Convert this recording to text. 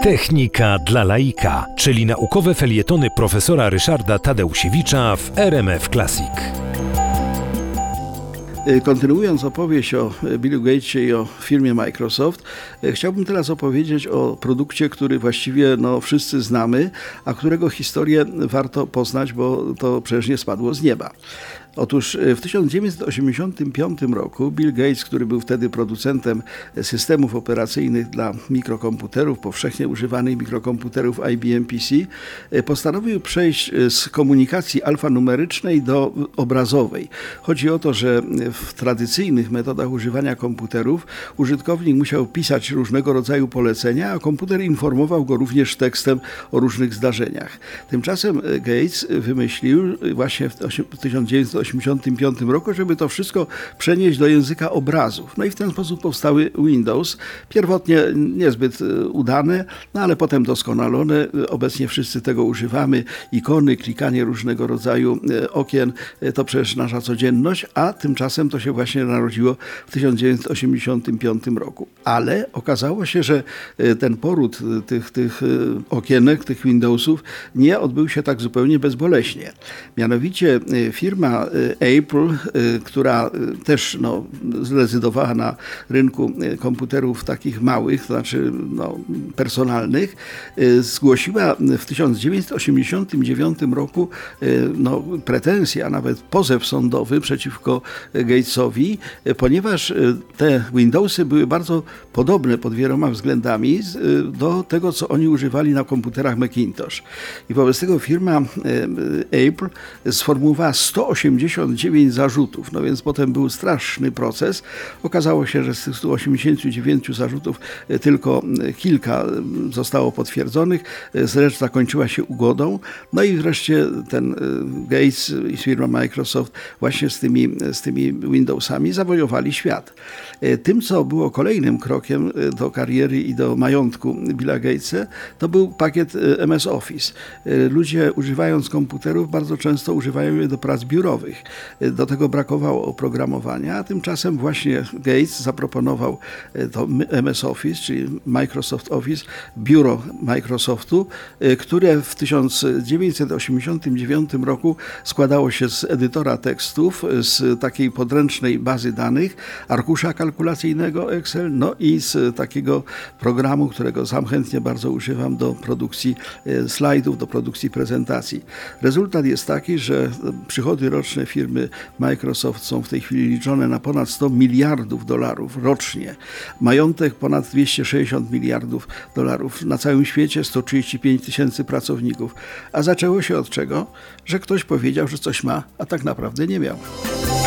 Technika dla laika, czyli naukowe felietony profesora Ryszarda Tadeusiewicza w RMF Classic. Kontynuując opowieść o Billu Gatesie i o firmie Microsoft, chciałbym teraz opowiedzieć o produkcie, który właściwie wszyscy znamy, a którego historię warto poznać, bo to przecież nie spadło z nieba. Otóż w 1985 roku Bill Gates, który był wtedy producentem systemów operacyjnych dla mikrokomputerów, powszechnie używanych mikrokomputerów IBM PC, postanowił przejść z komunikacji alfanumerycznej do obrazowej. Chodzi o to, że w tradycyjnych metodach używania komputerów użytkownik musiał pisać różnego rodzaju polecenia, a komputer informował go również tekstem o różnych zdarzeniach. Tymczasem Gates wymyślił właśnie w 1985 roku, żeby to wszystko przenieść do języka obrazów. No i w ten sposób powstały Windows. Pierwotnie niezbyt udane, ale potem doskonalone. Obecnie wszyscy tego używamy. Ikony, klikanie różnego rodzaju okien to przecież nasza codzienność, a tymczasem to się właśnie narodziło w 1985 roku. Ale okazało się, że ten poród tych okienek, tych Windowsów nie odbył się tak zupełnie bezboleśnie. Mianowicie firma Apple, która też zrezydowała na rynku komputerów takich małych, to znaczy personalnych, zgłosiła w 1989 roku pretensje, a nawet pozew sądowy przeciwko Gatesowi, ponieważ te Windowsy były bardzo podobne pod wieloma względami do tego, co oni używali na komputerach Macintosh. I wobec tego firma Apple sformułowała 189 zarzutów, więc potem był straszny proces. Okazało się, że z tych 189 zarzutów tylko kilka zostało potwierdzonych, reszta kończyła się ugodą. No i wreszcie ten Gates i firma Microsoft właśnie z tymi Windowsami zawojowali świat. Tym, co było kolejnym krokiem do kariery i do majątku Billa Gatesa, to był pakiet MS Office. Ludzie, używając komputerów, bardzo często używają je do prac biurowych. Do tego brakowało oprogramowania, a tymczasem właśnie Gates zaproponował to MS Office, czyli Microsoft Office, biuro Microsoftu, które w 1989 roku składało się z edytora tekstów, z takiej podręcznej bazy danych, arkusza kalkulacyjnego Excel, i z takiego programu, którego sam chętnie bardzo używam do produkcji slajdów, do produkcji prezentacji. Rezultat jest taki, że przychody roczne firmy Microsoft są w tej chwili liczone na ponad 100 miliardów dolarów rocznie. Majątek ponad 260 miliardów dolarów. Na całym świecie 135 tysięcy pracowników. A zaczęło się od czego? Że ktoś powiedział, że coś ma, a tak naprawdę nie miał.